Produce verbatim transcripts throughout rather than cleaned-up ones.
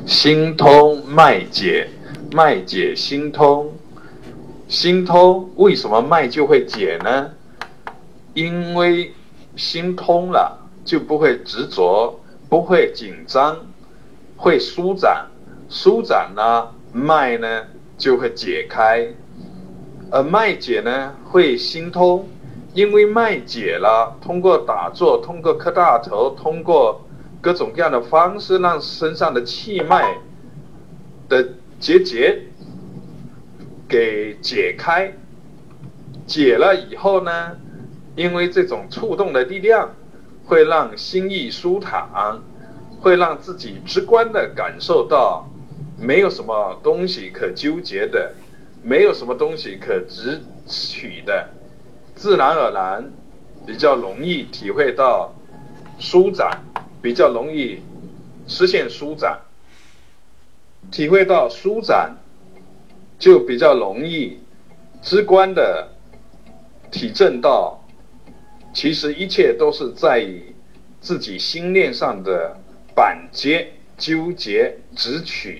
心通脉解，脉解心通。心通，为什么脉就会解呢？因为心通了，就不会执着，不会紧张，会舒展。舒展呢，脉呢就会解开。而脉解呢，会心通。因为脉解了，通过打坐，通过磕大头，通过各种各样的方式，让身上的气脉的结节给解开。解了以后呢，因为这种触动的力量，会让心意舒坦，会让自己直观的感受到没有什么东西可纠结的，没有什么东西可执取的，自然而然比较容易体会到舒展，比较容易实现舒展。体会到舒展，就比较容易直观的体证到，其实一切都是在于自己心念上的绑结、纠结、执取。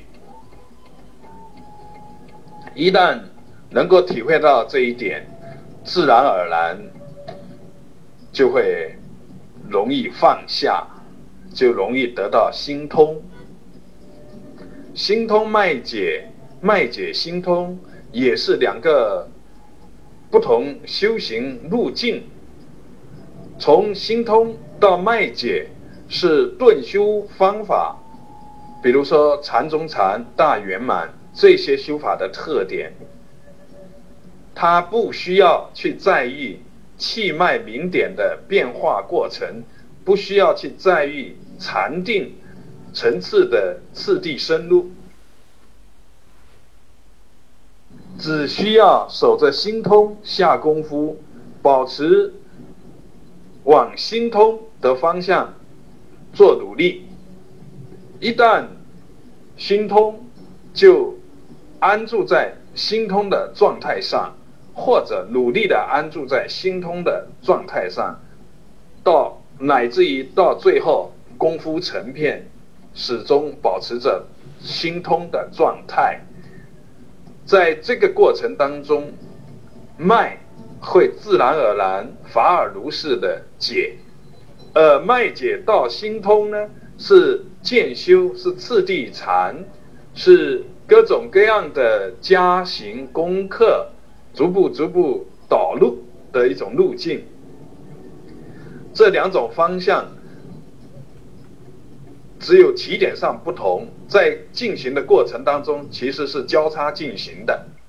一旦能够体会到这一点，自然而然就会容易放下，就容易得到心通。心通脉解，脉解心通，也是两个不同修行路径。从心通到脉解是顿修方法，比如说禅中禅、大圆满这些修法的特点。它不需要去在意气脉明点的变化过程，不需要去在意禅定层次的次第深入，只需要守着心通下功夫，保持往心通的方向做努力。一旦心通，就安住在心通的状态上，或者努力的安住在心通的状态上，到乃至于到最后功夫成片，始终保持着心通的状态。在这个过程当中，脉会自然而然法尔如是的解，而脉解到心通呢，是渐修，是次第禅，是各种各样的加行功课，逐步逐步导入的一种路径。这两种方向只有起点上不同，在进行的过程当中其实是交叉进行的。